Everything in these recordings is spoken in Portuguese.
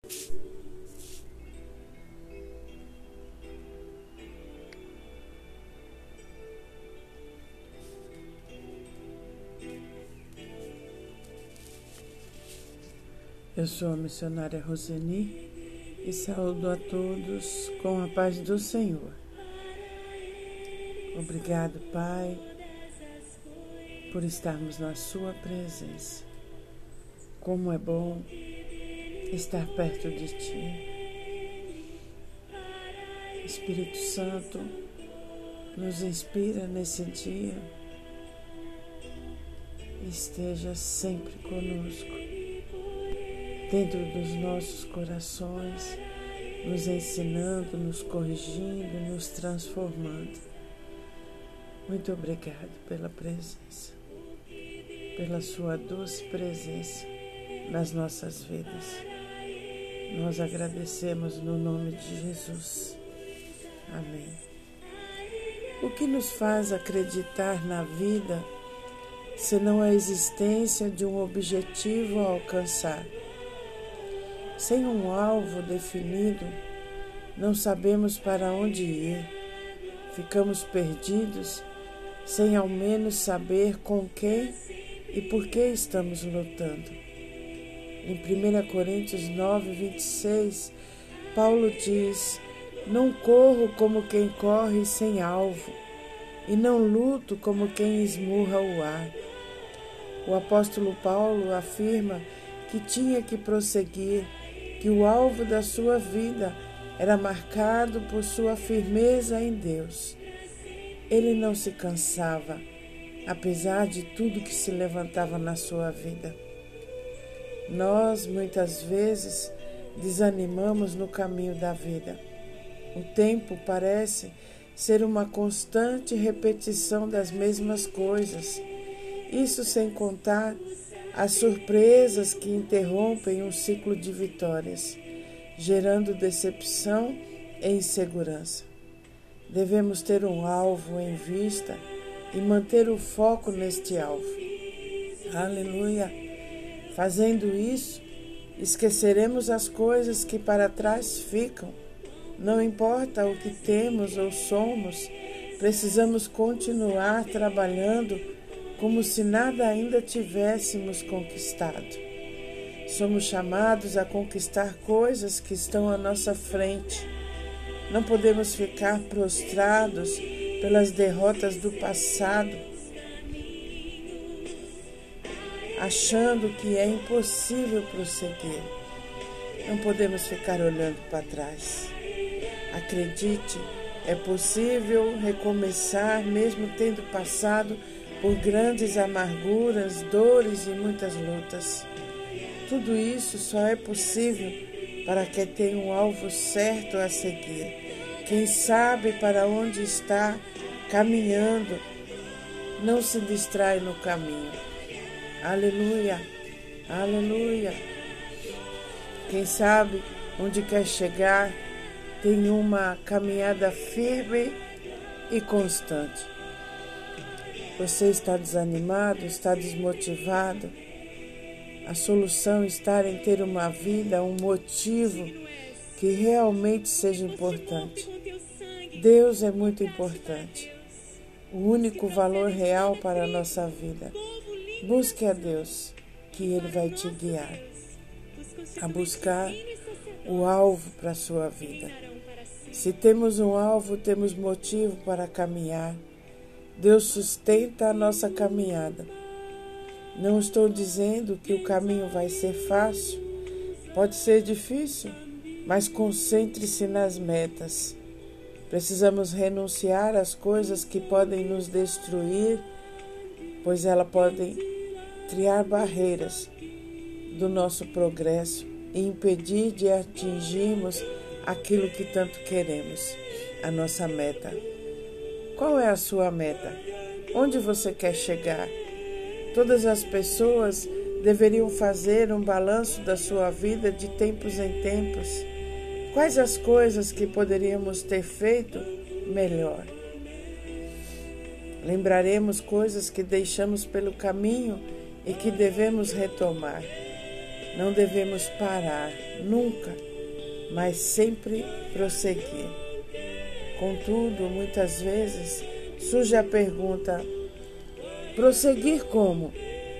Eu sou a missionária Roseni e saúdo a todos com a paz do Senhor. Obrigado, Pai, por estarmos na Sua presença. Como é bom estar perto de Ti. Espírito Santo, nos inspira nesse dia. Esteja sempre conosco, dentro dos nossos corações, nos ensinando, nos corrigindo, nos transformando. Muito obrigado pela presença, pela Sua doce presença nas nossas vidas. Nós agradecemos no nome de Jesus. Amém. O que nos faz acreditar na vida, senão a existência de um objetivo a alcançar? Sem um alvo definido, não sabemos para onde ir. Ficamos perdidos, sem ao menos saber com quem e por que estamos lutando. Em 1 Coríntios 9, 26, Paulo diz: "Não corro como quem corre sem alvo, e não luto como quem esmurra o ar." O apóstolo Paulo afirma que tinha que prosseguir, que o alvo da sua vida era marcado por sua firmeza em Deus. Ele não se cansava, apesar de tudo que se levantava na sua vida. Nós, muitas vezes, desanimamos no caminho da vida. O tempo parece ser uma constante repetição das mesmas coisas. Isso sem contar as surpresas que interrompem um ciclo de vitórias, gerando decepção e insegurança. Devemos ter um alvo em vista e manter o foco neste alvo. Aleluia! Fazendo isso, esqueceremos as coisas que para trás ficam. Não importa o que temos ou somos, precisamos continuar trabalhando como se nada ainda tivéssemos conquistado. Somos chamados a conquistar coisas que estão à nossa frente. Não podemos ficar prostrados pelas derrotas do passado, achando que é impossível prosseguir. Não podemos ficar olhando para trás. Acredite, é possível recomeçar mesmo tendo passado por grandes amarguras, dores e muitas lutas. Tudo isso só é possível para quem tem um alvo certo a seguir. Quem sabe para onde está caminhando, não se distrai no caminho. Aleluia, aleluia. Quem sabe onde quer chegar, tem uma caminhada firme e constante. Você está desanimado, está desmotivado? A solução está em ter uma vida, um motivo que realmente seja importante. Deus é muito importante. O único valor real para a nossa vida. Busque a Deus, que Ele vai te guiar a buscar o alvo para a sua vida. Se temos um alvo, temos motivo para caminhar. Deus sustenta a nossa caminhada. Não estou dizendo que o caminho vai ser fácil. Pode ser difícil, mas concentre-se nas metas. Precisamos renunciar às coisas que podem nos destruir, pois elas podem criar barreiras do nosso progresso e impedir de atingirmos aquilo que tanto queremos, a nossa meta. Qual é a sua meta? Onde você quer chegar? Todas as pessoas deveriam fazer um balanço da sua vida de tempos em tempos. Quais as coisas que poderíamos ter feito melhor? Lembraremos coisas que deixamos pelo caminho e que devemos retomar. Não devemos parar, nunca, mas sempre prosseguir. Contudo, muitas vezes surge a pergunta: prosseguir como?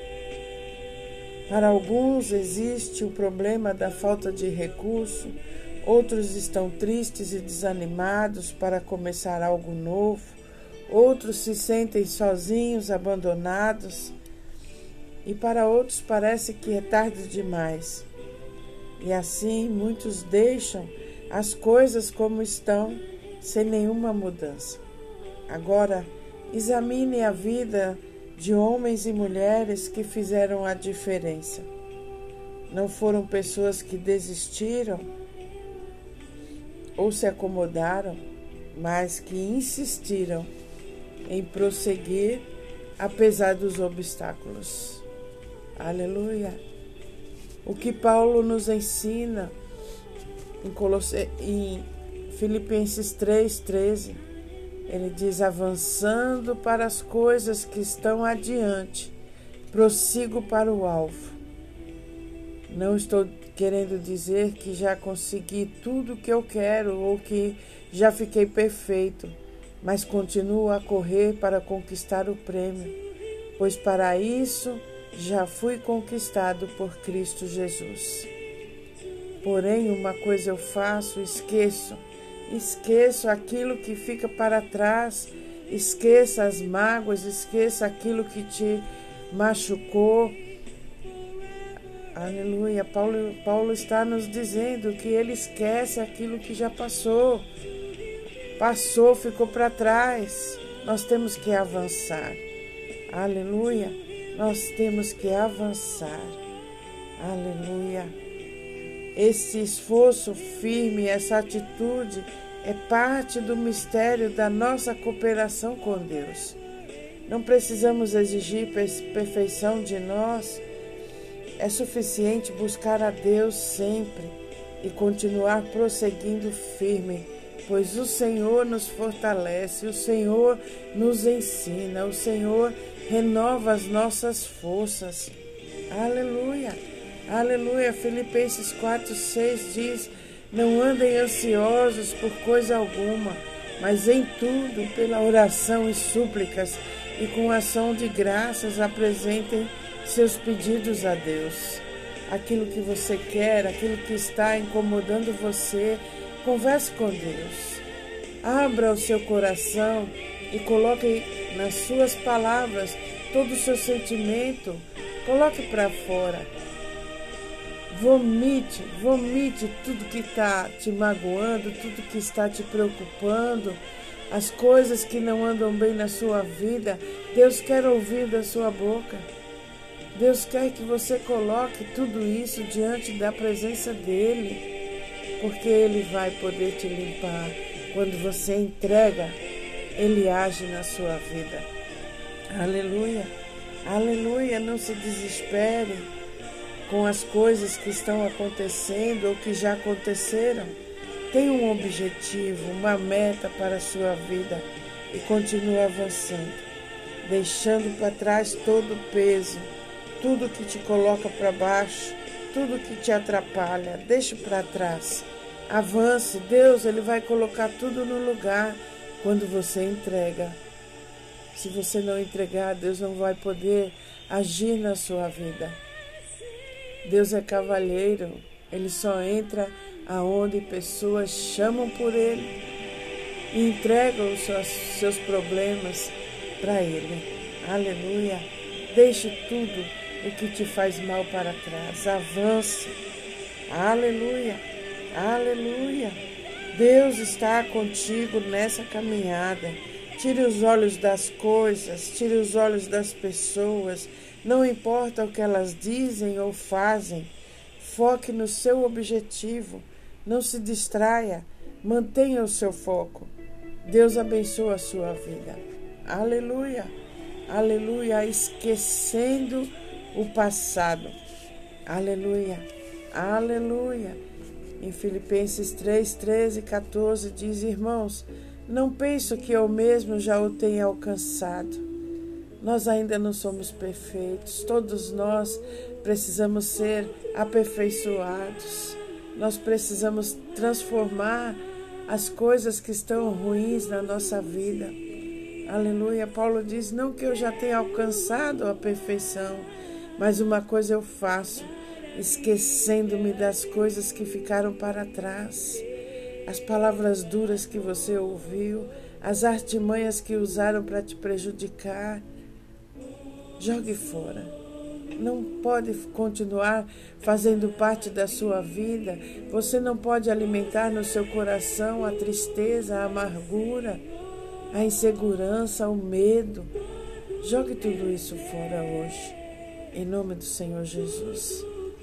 Para alguns existe o problema da falta de recurso, outros estão tristes e desanimados para começar algo novo, outros se sentem sozinhos, abandonados, e para outros parece que é tarde demais. E assim muitos deixam as coisas como estão, sem nenhuma mudança. Agora, examine a vida de homens e mulheres que fizeram a diferença. Não foram pessoas que desistiram ou se acomodaram, mas que insistiram em prosseguir apesar dos obstáculos. Aleluia! O que Paulo nos ensina em Filipenses 3,13, ele diz: avançando para as coisas que estão adiante, prossigo para o alvo. Não estou querendo dizer que já consegui tudo o que eu quero ou que já fiquei perfeito, mas continuo a correr para conquistar o prêmio, pois para isso já fui conquistado por Cristo Jesus. Porém, uma coisa eu faço, esqueço aquilo que fica para trás, esqueça as mágoas, esqueça aquilo que te machucou. Aleluia, Paulo está nos dizendo que ele esquece aquilo que já passou, ficou para trás. Nós temos que avançar. Aleluia, nós temos que avançar. Aleluia. Esse esforço firme, essa atitude é parte do mistério da nossa cooperação com Deus. Não precisamos exigir perfeição de nós. É suficiente buscar a Deus sempre e continuar prosseguindo firme, pois o Senhor nos fortalece, o Senhor nos ensina, o Senhor renova as nossas forças. Aleluia! Aleluia! Filipenses 4,6 diz: não andem ansiosos por coisa alguma, mas em tudo, pela oração e súplicas e com ação de graças, apresentem seus pedidos a Deus. Aquilo que você quer, aquilo que está incomodando você, converse com Deus. Abra o seu coração e coloque nas suas palavras todo o seu sentimento. Coloque para fora. Vomite tudo que está te magoando, tudo que está te preocupando, as coisas que não andam bem na sua vida. Deus quer ouvir da sua boca. Deus quer que você coloque tudo isso diante da presença dEle, porque Ele vai poder te limpar. Quando você entrega, Ele age na sua vida. Aleluia, aleluia, não se desespere com as coisas que estão acontecendo ou que já aconteceram. Tenha um objetivo, uma meta para a sua vida e continue avançando, deixando para trás todo o peso, tudo que te coloca para baixo, tudo que te atrapalha, deixe para trás. Avance, Deus, Ele vai colocar tudo no lugar quando você entrega. Se você não entregar, Deus não vai poder agir na sua vida. Deus é cavalheiro, Ele só entra aonde pessoas chamam por Ele e entregam os seus problemas para Ele. Aleluia! Deixe tudo o que te faz mal para trás. Avance. Aleluia! Aleluia! Deus está contigo nessa caminhada. Tire os olhos das coisas, tire os olhos das pessoas. Não importa o que elas dizem ou fazem. Foque no seu objetivo. Não se distraia. Mantenha o seu foco. Deus abençoa a sua vida. Aleluia! Aleluia! Esquecendo o passado. Aleluia! Aleluia! Em Filipenses 3, 13 e 14 diz: irmãos, não penso que eu mesmo já o tenha alcançado, Nós ainda não somos perfeitos, todos nós precisamos ser aperfeiçoados, nós precisamos transformar as coisas que estão ruins na nossa vida. Aleluia. Paulo diz, não que eu já tenha alcançado a perfeição, mas uma coisa eu faço, esquecendo-me das coisas que ficaram para trás. As palavras duras que você ouviu, as artimanhas que usaram para te prejudicar, jogue fora. Não pode continuar fazendo parte da sua vida. Você não pode alimentar no seu coração a tristeza, a amargura, a insegurança, o medo. Jogue tudo isso fora hoje, em nome do Senhor Jesus.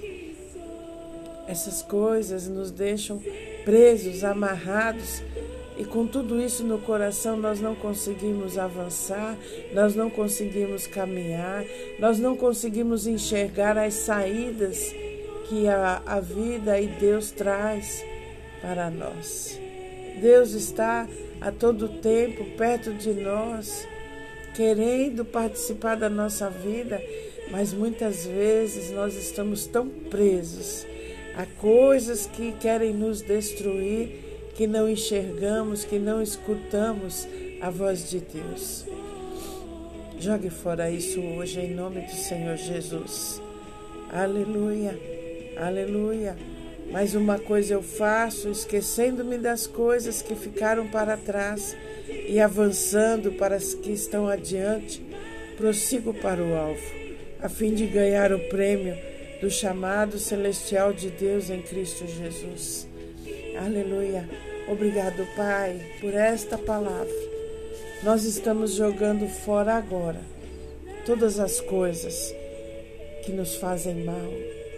Essas coisas nos deixam presos, amarrados, e com tudo isso no coração nós não conseguimos avançar, nós não conseguimos caminhar, nós não conseguimos enxergar as saídas que a vida e Deus traz para nós. Deus está a todo tempo perto de nós, querendo participar da nossa vida, mas muitas vezes nós estamos tão presos a coisas que querem nos destruir, que não enxergamos, que não escutamos a voz de Deus. Jogue fora isso hoje, em nome do Senhor Jesus. Aleluia, aleluia. Mas uma coisa eu faço, esquecendo-me das coisas que ficaram para trás e avançando para as que estão adiante, prossigo para o alvo, a fim de ganhar o prêmio do chamado celestial de Deus em Cristo Jesus. Aleluia. Obrigado, Pai, por esta palavra. Nós estamos jogando fora agora todas as coisas que nos fazem mal,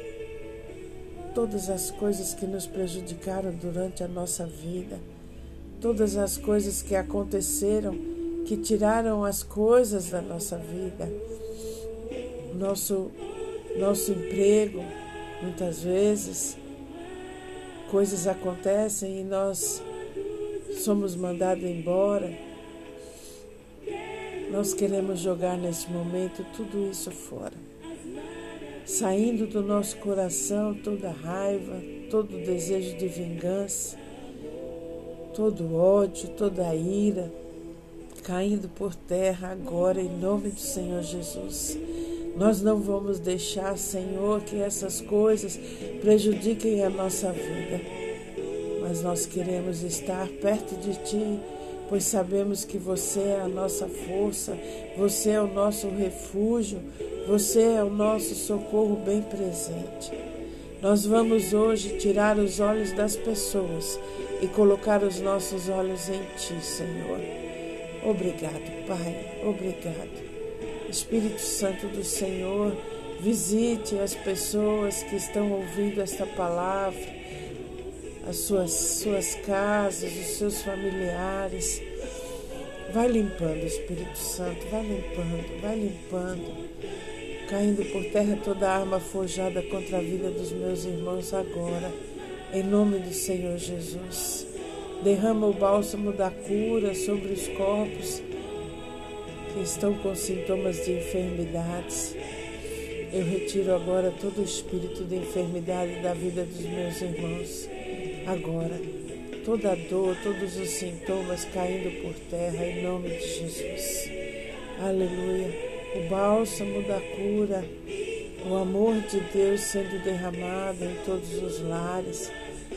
todas as coisas que nos prejudicaram durante a nossa vida, todas as coisas que aconteceram, que tiraram as coisas da nossa vida, nosso emprego. Muitas vezes coisas acontecem e nós somos mandados embora. Nós queremos jogar nesse momento tudo isso fora, saindo do nosso coração toda raiva, todo desejo de vingança, todo ódio, toda ira, caindo por terra agora em nome do Senhor Jesus. Nós não vamos deixar, Senhor, que essas coisas prejudiquem a nossa vida, mas nós queremos estar perto de Ti, pois sabemos que Você é a nossa força, Você é o nosso refúgio, Você é o nosso socorro bem presente. Nós vamos hoje tirar os olhos das pessoas e colocar os nossos olhos em Ti, Senhor. Obrigado, Pai, obrigado. Espírito Santo do Senhor, visite as pessoas que estão ouvindo esta palavra, as suas casas, os seus familiares. Vai limpando, Espírito Santo, vai limpando, caindo por terra toda arma forjada contra a vida dos meus irmãos agora, em nome do Senhor Jesus. Derrama o bálsamo da cura sobre os corpos que estão com sintomas de enfermidades. Eu retiro agora todo o espírito de enfermidade da vida dos meus irmãos. Agora, toda a dor, todos os sintomas caindo por terra, em nome de Jesus. Aleluia. O bálsamo da cura, o amor de Deus sendo derramado em todos os lares,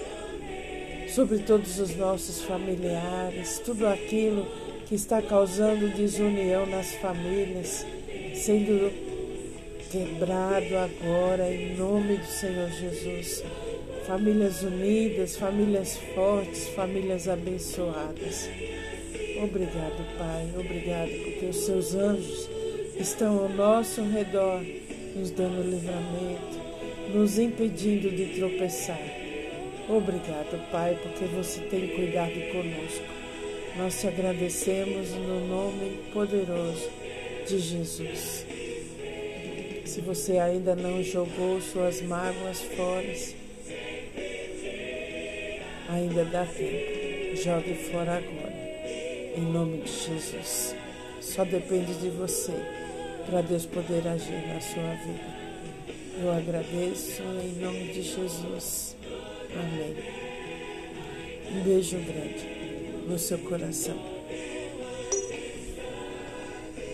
sobre todos os nossos familiares, tudo aquilo que está causando desunião nas famílias, sendo quebrado agora em nome do Senhor Jesus. Famílias unidas, famílias fortes, famílias abençoadas. Obrigado, Pai, obrigado, porque os seus anjos estão ao nosso redor, nos dando livramento, nos impedindo de tropeçar. Obrigado, Pai, porque você tem cuidado conosco. Nós te agradecemos no nome poderoso de Jesus. Se você ainda não jogou suas mágoas fora, ainda dá tempo. Jogue fora agora, em nome de Jesus. Só depende de você. para Deus poder agir na sua vida. Eu agradeço em nome de Jesus. Amém. Um beijo grande no seu coração.